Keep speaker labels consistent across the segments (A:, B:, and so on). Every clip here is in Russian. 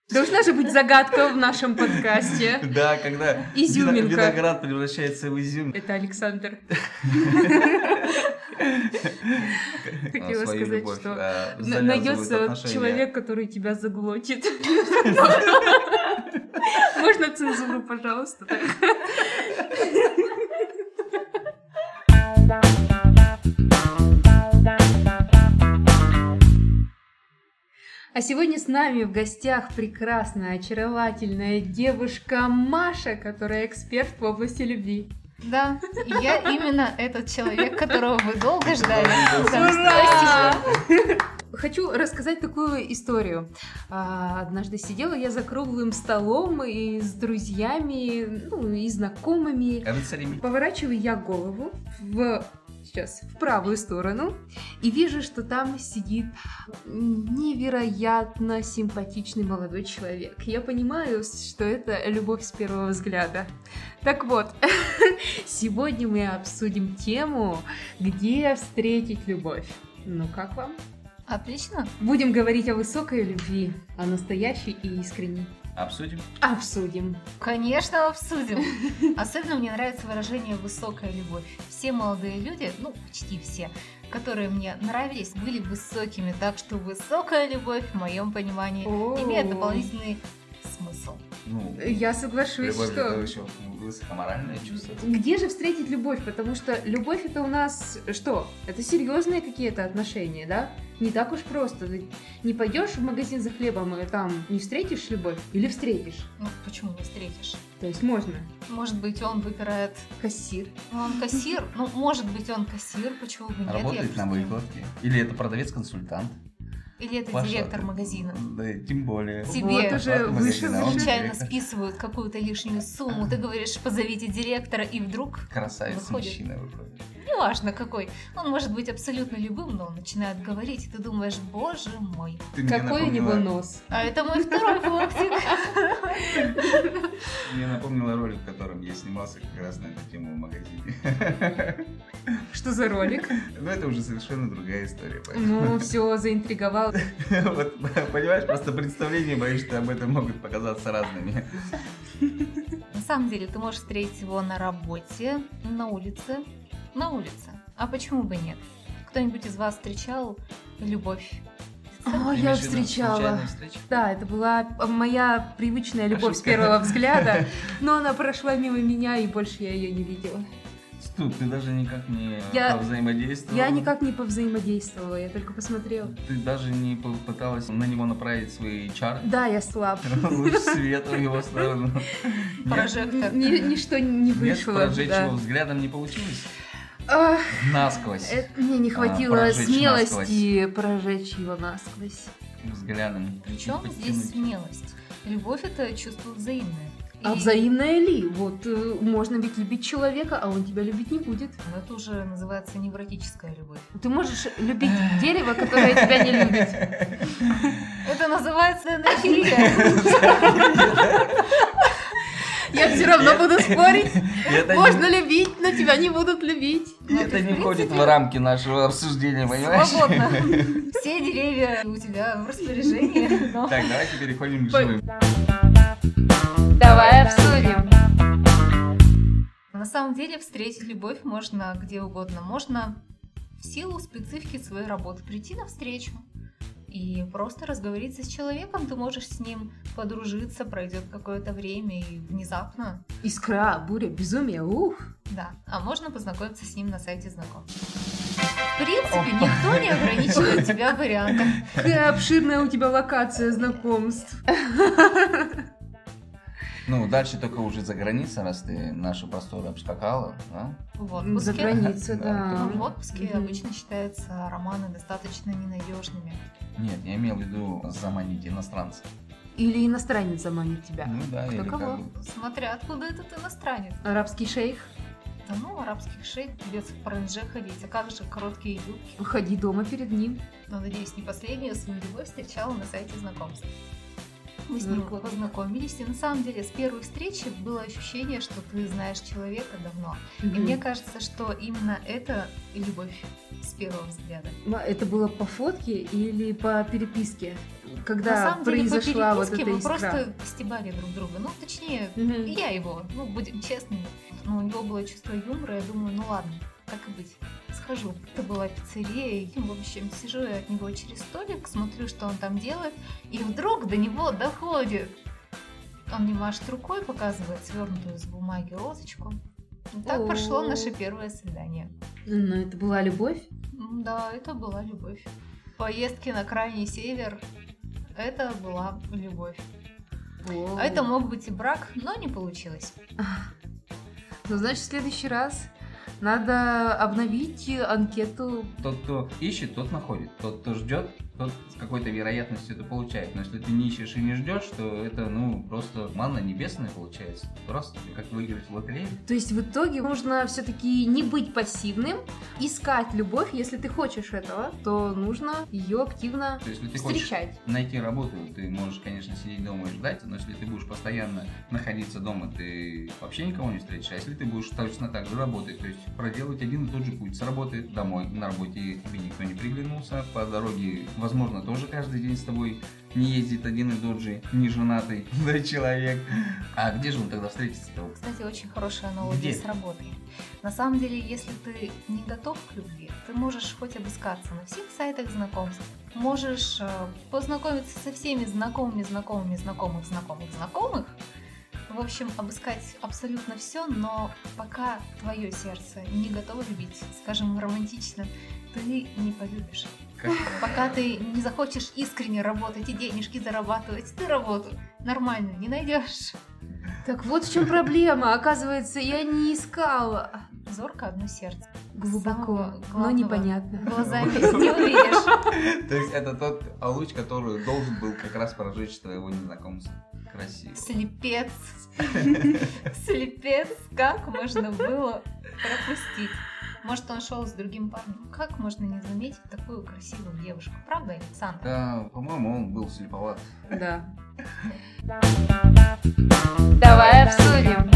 A: Должна же быть загадка в нашем подкасте.
B: Да, когда
A: Изюминка.
B: виноград превращается в изюм.
A: Это Александр. Хотела
B: Свою
A: сказать,
B: любовь,
A: что
B: завязывают
A: найдется
B: отношения.
A: человек, который тебя заглотит. Можно цензуру, пожалуйста? А сегодня с нами в гостях прекрасная, очаровательная девушка Маша, которая эксперт в области любви.
C: Да, я именно этот человек, которого вы долго ждали.
A: Ура! Хочу рассказать такую историю. Однажды сидела я за круглым столом и с друзьями, и знакомыми.
B: Рыцарями.
A: Поворачиваю я голову в правую сторону и вижу, что там сидит невероятно симпатичный молодой человек. Я понимаю, что это любовь с первого взгляда. Так вот, сегодня мы обсудим тему, где встретить любовь. Ну, как вам?
C: Отлично.
A: Будем говорить о высокой любви, о настоящей и искренней.
B: Обсудим?
A: Обсудим.
C: Конечно, обсудим. Особенно мне нравится выражение «высокая любовь». Все молодые люди, почти все, которые мне нравились, были высокими. Так что высокая любовь, в моем понимании, имеет дополнительный смысл.
A: Я соглашусь,
B: любовь
A: что...
B: это еще высокоморальное чувство.
A: Где же встретить любовь? Потому что любовь это у нас что? Это серьезные какие-то отношения, да? Не так уж просто. Ты не пойдешь в магазин за хлебом и там не встретишь любовь? Или встретишь?
C: Почему не встретишь?
A: То есть можно.
C: Может быть, он выбирает...
A: Кассир.
C: Он кассир? Может быть, он кассир, почему бы нет?
B: Работает на выкладке. Или это продавец-консультант.
C: Или это
B: Паша,
C: директор магазина.
B: Да, тем более.
C: Тебе
A: Вот уже выше.
C: случайно списывают какую-то лишнюю сумму, ты говоришь, позовите директора, и вдруг
B: красавец-мужчина выходит.
C: Неважно какой. Он может быть абсолютно любым, но он начинает говорить, и ты думаешь, боже мой.
A: Какой у него нос?
C: А это мой второй пунктик.
B: Мне напомнило ролик, в котором я снимался как раз на эту тему в магазине.
A: Что за ролик?
B: Это уже совершенно другая история.
A: Все, заинтриговал.
B: Вот, понимаешь, просто представления, боюсь, что об этом могут показаться разными.
C: На самом деле, ты можешь встретить его на работе, на улице. На улице. А почему бы нет? Кто-нибудь из вас встречал любовь?
A: Я встречала. Да, это была моя привычная любовь с первого взгляда, но она прошла мимо меня, и больше я ее не видела.
B: Стоп, ты даже никак не повзаимодействовала?
A: Я никак не повзаимодействовала, я только посмотрела.
B: Ты даже не попыталась на него направить свои чары?
A: Да, я слаб.
B: Луч света в его сторону.
C: Прожектор.
A: Ничто не вышло.
B: Нет, прожечь его взглядом не получилось? Насквозь.
A: Мне не хватило смелости прожечь его насквозь.
B: Взглядом.
C: Причем здесь смелость? Любовь — это чувство взаимное.
A: А взаимное ли? Вот можно ведь любить человека, а он тебя любить не будет.
C: Это уже называется невротическая любовь.
A: Ты можешь любить дерево, которое тебя не любит.
C: Это называется энергия.
A: Я все равно буду спорить. Можно любить, но тебя не будут любить.
B: Это не входит в рамки нашего обсуждения, понимаешь?
C: Свободно. Все деревья у тебя в распоряжении.
B: Так, давайте переходим к живым.
A: Давай обсудим.
C: На самом деле встретить любовь можно где угодно. Можно в силу специфики своей работы прийти на встречу и просто разговориться с человеком. Ты можешь с ним подружиться, пройдет какое-то время и внезапно...
A: Искра, буря, безумие, ух!
C: Да, а можно познакомиться с ним на сайте знакомств. В принципе, никто не ограничивает тебя вариантом.
A: Какая обширная у тебя локация знакомств.
B: Дальше только уже за границей, раз ты наши просторы обскакала, да?
C: В отпуске.
A: За границей, да.
C: В отпуске обычно считаются романы достаточно ненадежными.
B: Нет, я имел в виду заманить иностранца.
A: Или иностранец заманит тебя.
B: Да,
A: кто
B: или
A: кого?
C: Смотря откуда этот иностранец.
A: Арабский шейх?
C: Да арабских шейх придется в паранже ходить, а как же короткие юбки?
A: Ходи дома перед ним.
C: Но, надеюсь, не последнюю свою любовь встречала на сайте знакомств. Мы с ним познакомились, и на самом деле с первой встречи было ощущение, что ты знаешь человека давно. И мне кажется, что именно это любовь с первого взгляда.
A: Это было по фотке или по переписке? когда
C: На самом деле, по
A: произошла вот
C: переписке
A: эта
C: мы
A: искра?
C: просто стебали друг друга. Ну, точнее, я его, будем честными. Но у него было чувство юмора, я думаю, ну ладно, так и быть. Схожу. Это была пиццерия, и, в общем, сижу я от него через столик, смотрю, что он там делает, и вдруг до него доходит. Он мне машет рукой, показывает свернутую из бумаги розочку. И так прошло наше первое свидание.
A: Ну, это была любовь?
C: Да, это была любовь. Поездки на крайний север — это была любовь. А это мог быть и брак, но не получилось.
A: Ну, значит, в следующий раз надо обновить анкету.
B: Тот, кто ищет, тот находит. Тот, кто ждет, тот с какой-то вероятностью это получает. Но если ты не ищешь и не ждешь, то это, просто манна небесная получается. Просто как выиграть в лотерею.
A: То есть в итоге нужно все-таки не быть пассивным, искать любовь. Если ты хочешь этого, то нужно ее активно
B: То есть, если ты
A: встречать.
B: хочешь найти работу, ты можешь, конечно, сидеть дома и ждать, но если ты будешь постоянно находиться дома, ты вообще никого не встретишь. А если ты будешь точно так же работать, то есть проделать один и тот же путь с работы домой, на работе тебе никто не приглянулся, по дороге, возможно, тоже каждый день с тобой не ездит один и тот же неженатый человек. А где же он тогда встретится-то?
C: Кстати, очень хорошая аналогия с работой. На самом деле, если ты не готов к любви, ты можешь хоть обыскаться на всех сайтах знакомств, можешь познакомиться со всеми знакомыми знакомых. В общем, обыскать абсолютно все, но пока твое сердце не готово любить, скажем, романтично, ты не полюбишь. Пока ты не захочешь искренне работать и денежки зарабатывать, ты работу нормальную не найдешь.
A: Так вот в чем проблема. Оказывается, я не искала.
C: Зорко одно сердце.
A: Глубоко, но непонятно.
C: Глазами не увидишь.
B: То есть это тот луч, который должен был как раз прожечь твоего незнакомца. Красиво.
C: Слепец. Слепец. Как можно было пропустить? Может, он шел с другим парнем. Как можно не заметить такую красивую девушку? Правда, Александр?
B: Да, по-моему, он был слеповат.
A: Да. Давай обсудим.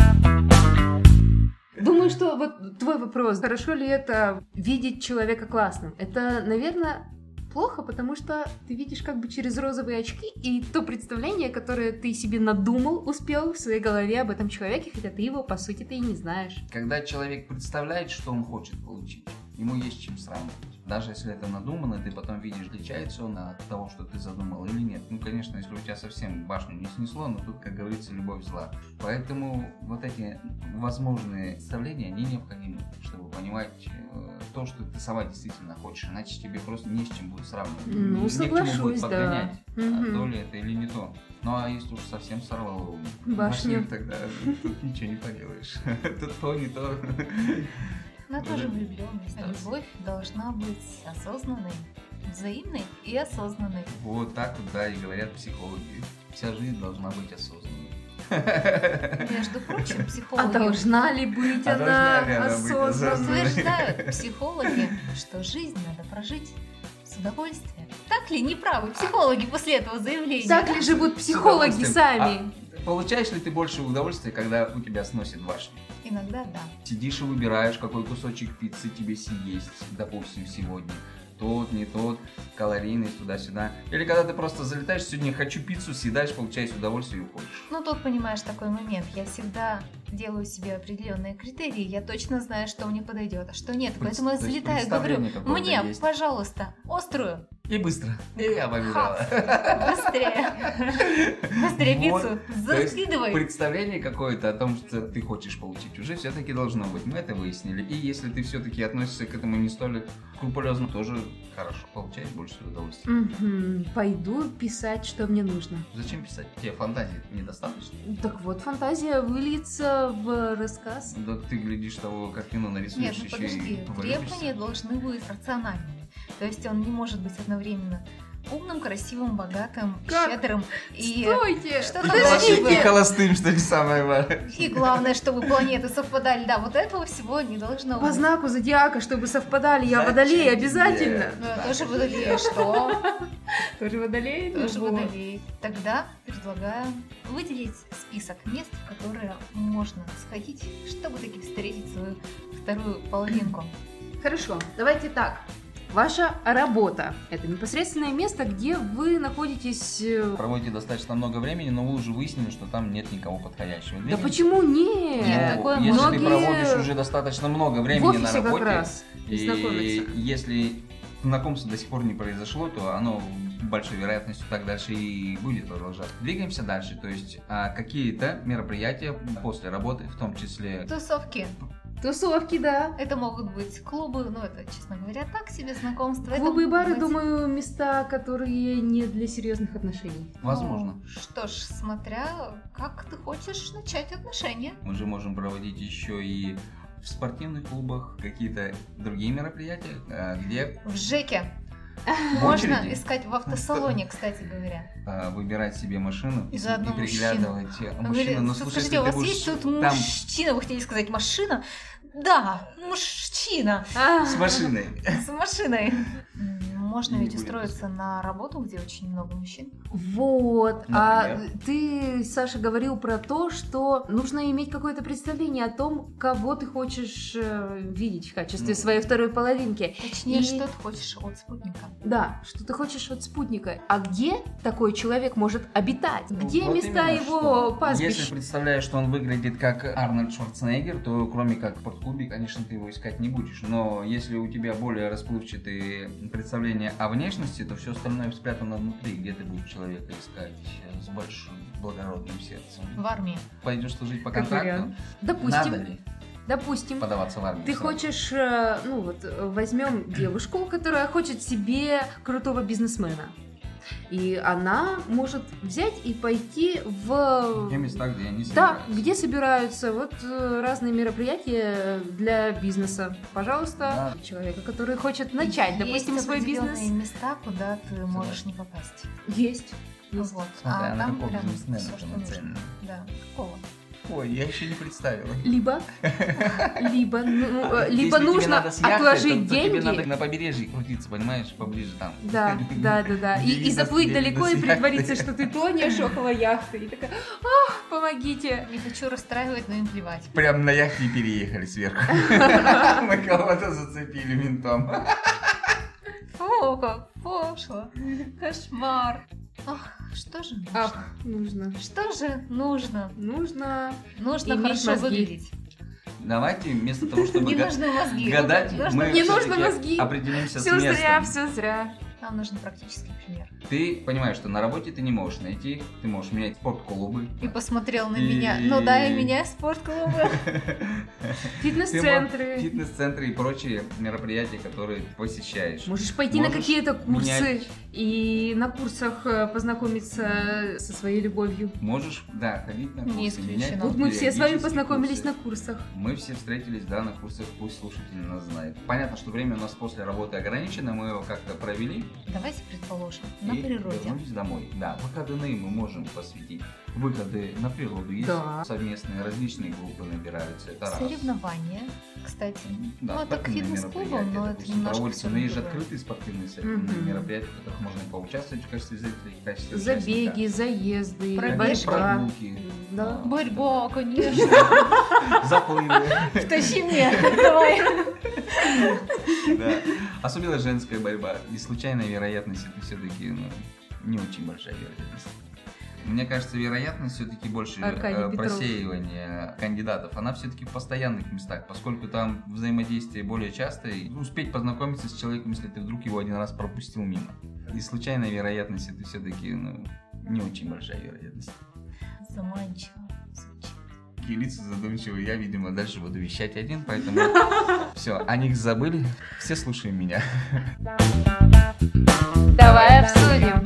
A: Думаю, что вот твой вопрос, хорошо ли это видеть человека классным? Это, наверное, плохо, потому что ты видишь как бы через розовые очки и то представление, которое ты себе надумал, успел в своей голове об этом человеке, хотя ты его, по сути, ты и не знаешь.
B: Когда человек представляет, что он хочет получить, ему есть чем сравнивать. Даже если это надумано, ты потом видишь, отличается он от того, что ты задумал или нет. Ну, конечно, если у тебя совсем башню не снесло, но тут, как говорится, любовь зла. Поэтому вот эти возможные представления, они необходимы, чтобы понимать то, что ты сама действительно хочешь. Иначе тебе просто не с чем будет сравнивать.
A: Ну,
B: не
A: соглашусь,
B: к чему будет
A: да.
B: подгонять, то ли это или не то. Ну, а если уж совсем сорвало
A: Башню,
B: тогда тут ничего не поделаешь. Тут то, не то.
C: Но тоже влюбленность. Любовь должна быть осознанной, взаимной и осознанной.
B: Вот так вот, да, и говорят психологи. Вся жизнь должна быть осознанной.
C: Между прочим,
A: А
C: психологи
A: должна ли быть она осознанной?
C: утверждают, психологи, что жизнь надо прожить с удовольствием. Так ли неправы психологи после этого заявления?
A: Так ли живут психологи сами?
B: Получаешь ли ты больше удовольствия, когда у тебя сносит башню?
C: Иногда да.
B: Сидишь и выбираешь, какой кусочек пиццы тебе съесть, допустим, сегодня. Тот, не тот, калорийность, туда-сюда. Или когда ты просто залетаешь, сегодня хочу пиццу, съедаешь, получаешь удовольствие и уходишь.
C: Ну, тут, понимаешь, такой момент. Я всегда делаю себе определенные критерии. Я точно знаю, что мне подойдет, а что нет. Поэтому я залетаю и говорю, мне, пожалуйста, острую.
B: И быстро. И я побежала.
C: Быстрее. Быстрее пиццу. Закидывай.
B: Представление какое-то о том, что ты хочешь получить, уже все-таки должно быть. Мы это выяснили. И если ты все-таки относишься к этому не столь скрупулезно, тоже хорошо, получаешь больше удовольствия.
A: Пойду писать, что мне нужно.
B: Зачем писать? Тебе фантазии недостаточно?
A: Так вот, фантазия выльется в рассказ.
B: Да ты глядишь того картину, нарисуешь
C: Нет,
B: еще
C: подожди.
B: и
C: Требования должны быть рациональными. То есть он не может быть одновременно умным, красивым, богатым, щедрым и...
A: Стойте!
B: И холостым, что не самое важное.
C: И главное, чтобы планеты совпадали. Да, вот этого всего не должно быть.
A: По знаку зодиака, чтобы совпадали, я водолей обязательно.
C: Я тоже водолей. Что?
A: Тоже водолей?
C: Тоже водолей. Тогда предлагаю выделить список мест, в которые можно сходить, чтобы таки встретить свою вторую половинку.
A: Хорошо, давайте так. Ваша работа – это непосредственное место, где вы находитесь...
B: Проводите достаточно много времени, но вы уже выяснили, что там нет никого подходящего.
A: Да почему нет?
C: Нет, такое
B: если
A: многие
B: ты проводишь уже достаточно много
A: в
B: времени на
A: офисе как
B: работе,
A: раз
B: и
A: знакомятся.
B: если знакомство до сих пор не произошло, то оно большой вероятностью так дальше и будет продолжаться. Двигаемся дальше, то есть какие-то мероприятия после работы, в том числе...
C: Тусовки.
A: Тусовки, да.
C: Это могут быть клубы, ну это, честно говоря, так себе знакомства.
A: Клубы и
C: Это
A: бары,
C: могут быть-
A: думаю, места, которые не для серьезных отношений.
B: Возможно.
C: Ну, что ж, смотря как ты хочешь начать отношения.
B: Мы же можем проводить еще и в спортивных клубах какие-то другие мероприятия, где
C: В ЖЭКе.
B: в
C: Можно
B: очереди
C: искать в автосалоне, кстати говоря.
B: выбирать себе машину
C: И заодно
B: и приглядывать
C: Он
B: мужчину.
C: говорит,
B: Ну, слушай,
C: скажите,
B: если
C: у
B: ты
C: вас
B: будешь
C: есть тут
B: там
C: мужчина? Вы хотели сказать машина? Да, мужчина.
B: с машиной.
C: С машиной. Можно
B: И
C: ведь
B: будет
C: устроиться на работу, где очень много мужчин.
A: Вот.
B: Например?
A: Ты, Саша, говорил про то, что нужно иметь какое-то представление о том, кого ты хочешь видеть в качестве
B: Ну.
A: своей второй половинки.
C: Точнее,
A: И-
C: что ты хочешь от спутника.
A: Да, что ты хочешь от спутника. А где такой человек может обитать? Где
B: Вот
A: места
B: именно,
A: его
B: что
A: пастбищ?
B: Если представляешь, что он выглядит как Арнольд Шварценеггер, то кроме как в спортклубе, конечно, ты его искать не будешь. Но если у тебя более расплывчатые представления о внешности, то все остальное спрятано внутри, где ты будешь человека искать с большим благородным сердцем.
C: В армии.
B: Пойдешь служить по
A: Как
B: контракту?
A: вариант.
B: Надо
A: Допустим,
B: ли
A: допустим.
B: подаваться в армию?
A: Ты
B: сразу?
A: хочешь, возьмем девушку, которая хочет себе крутого бизнесмена. И она может взять и пойти в...
B: Те места, где они
A: Да,
B: собираются.
A: где собираются разные мероприятия для бизнеса. Пожалуйста, человека, который хочет начать, допустим,
C: Есть
A: свой бизнес.
C: определенные места, куда ты можешь не попасть.
A: Есть. Есть.
C: Вот.
B: Смотря на
C: там
B: какого
C: прям
B: бизнесмена
C: всё,
B: ты
C: что
B: нацелена.
C: нужно. Да, какого?
B: Ой, я еще не представила.
A: Либо
B: Если тебе
A: нужно
B: надо с яхтой,
A: отложить
B: то тебе надо
A: деньги.
B: на побережье крутиться, понимаешь, поближе там.
A: Да.
B: Где
A: И
B: видно
A: заплыть
B: стрельбы
A: далеко
B: с
A: и
B: яхты.
A: притвориться, что ты тонешь около яхты. И такая, помогите.
C: Не хочу расстраивать, но им плевать.
B: Прям на яхте и переехали сверху. Мы кого-то зацепили ментом.
C: Фу, как пошло. Кошмар. Ах, что же нужно?
A: Ах, нужно.
C: Что же нужно?
A: Нужно...
C: Нужно
A: Иметь
C: хорошо
A: мозги.
C: выглядеть.
B: Давайте вместо того, чтобы
C: Не нужны мозги.
B: гадать, мы
A: Не нужны
B: всё-таки
A: мозги.
B: определимся с
A: Все зря,
B: местом.
A: все зря.
C: Нам нужен практический пример.
B: Ты понимаешь, что на работе ты не можешь найти, ты можешь менять спортклубы.
C: И посмотрел на
B: И-
C: меня. Ну да, и меня спортклубы.
A: Фитнес-центры.
B: Фитнес-центры и прочие мероприятия, которые ты посещаешь.
A: Можешь пойти на
B: Можешь
A: какие-то курсы
B: менять.
A: и на курсах познакомиться со своей любовью.
B: Можешь, да, ходить на
C: Не
B: курсы,
C: исключено.
B: менять
A: Вот мы все с вами
B: периодически
A: познакомились
B: курсы.
A: на курсах.
B: Мы все встретились, да, на курсах, пусть слушатели нас знают. Понятно, что время у нас после работы ограничено, мы его как-то провели
C: Давайте предположим, на
B: и
C: природе.
B: вернулись домой. Да, выходные мы можем посвятить. Выходы на природу есть,
A: Да.
B: совместные, различные группы набираются, это раз.
C: Соревнования, кстати.
B: Да,
C: Ну, это к
B: спортивные
C: фитнес-клубам,
B: мероприятия,
C: но это
B: допустим,
C: немножко
B: проводятся,
C: всё
B: но есть же
C: другое.
B: открытые спортивные
A: Мгм.
B: мероприятия, в которых можно поучаствовать в качестве зрителей, в качестве
A: Забеги, заезды,
C: Пробежки.
A: борьба.
B: прогулки,
A: Да.
C: Борьба, конечно.
B: заплывы.
C: Втащи меня, давай.
B: Да. Особенно женская борьба. И случайная вероятность это все-таки не очень большая вероятность. Мне кажется, вероятность все-таки больше
A: Аркадий Петров.
B: просеивания кандидатов, она все-таки в постоянных местах, поскольку там взаимодействие более частое, и успеть познакомиться с человеком, если ты вдруг его один раз пропустил мимо. И случайная вероятность это все-таки не очень большая вероятность.
C: Заманчиво звучит.
B: Такие лица задумчивые, я, видимо, дальше буду вещать один, поэтому все, о них забыли, все слушаем меня.
A: Давай обсудим.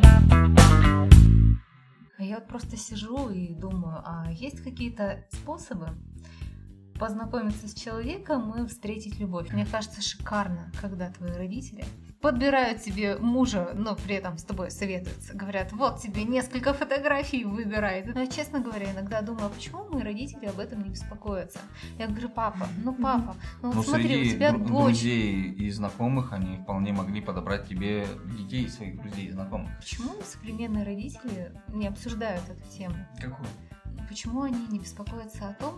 C: А я вот просто сижу и думаю, а есть какие-то способы познакомиться с человеком и встретить любовь? Мне кажется, шикарно, когда твои родители подбирают тебе мужа, но при этом с тобой советуются. Говорят, вот тебе несколько фотографий, выбирай. Но я, честно говоря, иногда думаю, а почему мои родители об этом не беспокоятся? Я говорю, папа, ну
B: Но
C: вот смотри, у
B: среди
C: тебя дочь.
B: друзей и знакомых они вполне могли подобрать тебе детей своих друзей и знакомых.
C: Почему современные родители не обсуждают эту тему?
B: Какую?
C: Почему они не беспокоятся о том,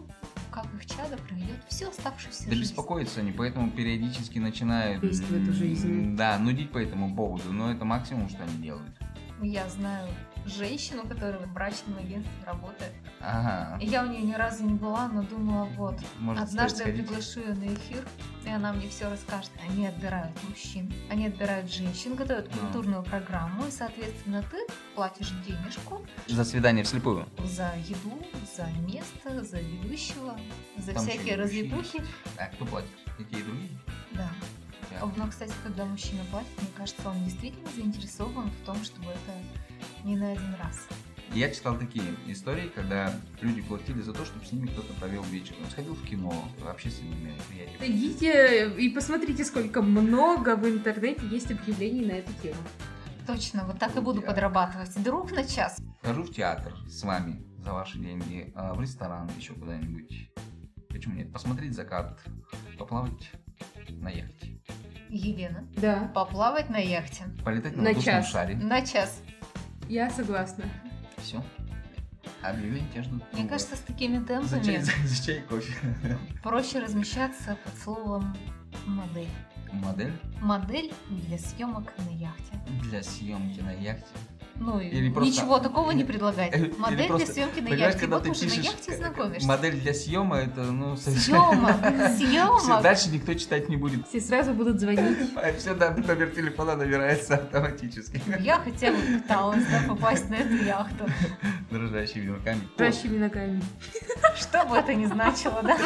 C: как их чадо проведет всю оставшуюся
B: Да
C: жизнь.
B: беспокоятся они, поэтому периодически начинают...
A: Лезть в эту жизнь.
B: Да, нудить по этому поводу, но это максимум, что они делают.
C: Я знаю женщину, которая в брачном агентстве работает.
B: Ага.
C: И я у нее ни разу не была, но думала, вот,
B: Может,
C: однажды я
B: стоит сходить?
C: приглашу ее на эфир, и она мне все расскажет. Они отбирают мужчин, они отбирают женщин, готовят культурную программу, и, соответственно, ты платишь денежку
B: За свидание вслепую.
C: за еду, за место, за ведущего, за
B: Там
C: всякие
B: еще ведущие
C: развитухи.
B: А кто платит? И те, и другие?
C: Да.
B: Да.
C: Но, кстати, когда мужчина платит, мне кажется, он действительно заинтересован в том, чтобы это не на один раз.
B: Я читал такие истории, когда люди платили за то, чтобы с ними кто-то провел вечер. Он сходил в кино, общественные мероприятия.
A: Идите и посмотрите, сколько много в интернете есть объявлений на эту тему.
C: Точно, вот так и буду подрабатывать. Друг на час.
B: Хожу в театр с вами за ваши деньги, в ресторан, еще куда-нибудь. Почему нет? Посмотреть закат, поплавать на яхте,
C: Елена,
A: Да,
C: поплавать на яхте.
B: полетать на
A: На
B: воздушном
A: час.
B: шаре.
C: На час.
A: я согласна.
B: Все. Объявления тебя ждут.
C: Мне кажется, с такими
B: за
C: темпами
B: чай, за чай и кофе.
C: проще размещаться под словом модель.
B: Модель
C: Модель для съемок на яхте.
B: для съемки на яхте.
C: Ну, и
B: Или просто-
C: ничего такого не
B: или-
C: предлагать.
B: или
C: Модель
B: просто-
C: для съемки на
B: Понимаешь,
C: яхте.
B: когда
C: Вот
B: ты
C: уже на
B: пишешь
C: яхте знакомишься.
B: модель для съема, это, ну,
C: Съемок,
B: Все,
C: съемок.
B: дальше никто читать не будет.
A: Все сразу будут звонить.
B: Все, да, номер телефона набирается автоматически.
C: Я хотя бы пыталась, да, попасть на эту яхту.
B: Дрожащими руками.
A: Дрожащими ногами.
C: Что бы это ни значило, да?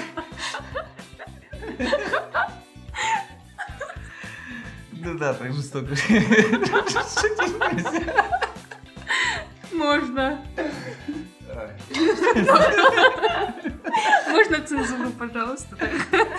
B: Ну да, так жестоко. Шутить нельзя.
A: Можно. Можно цензуру, пожалуйста. так?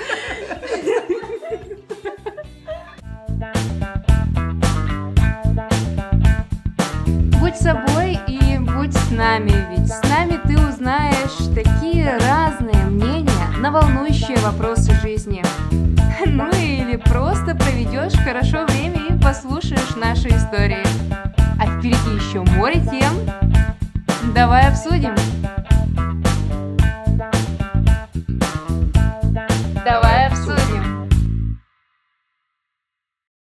A: Будь собой и будь с нами, ведь с нами ты узнаешь такие разные мнения на волнующие вопросы жизни. Ну или просто проведешь хорошо время и послушаешь наши истории. А впереди еще море тем. Давай обсудим.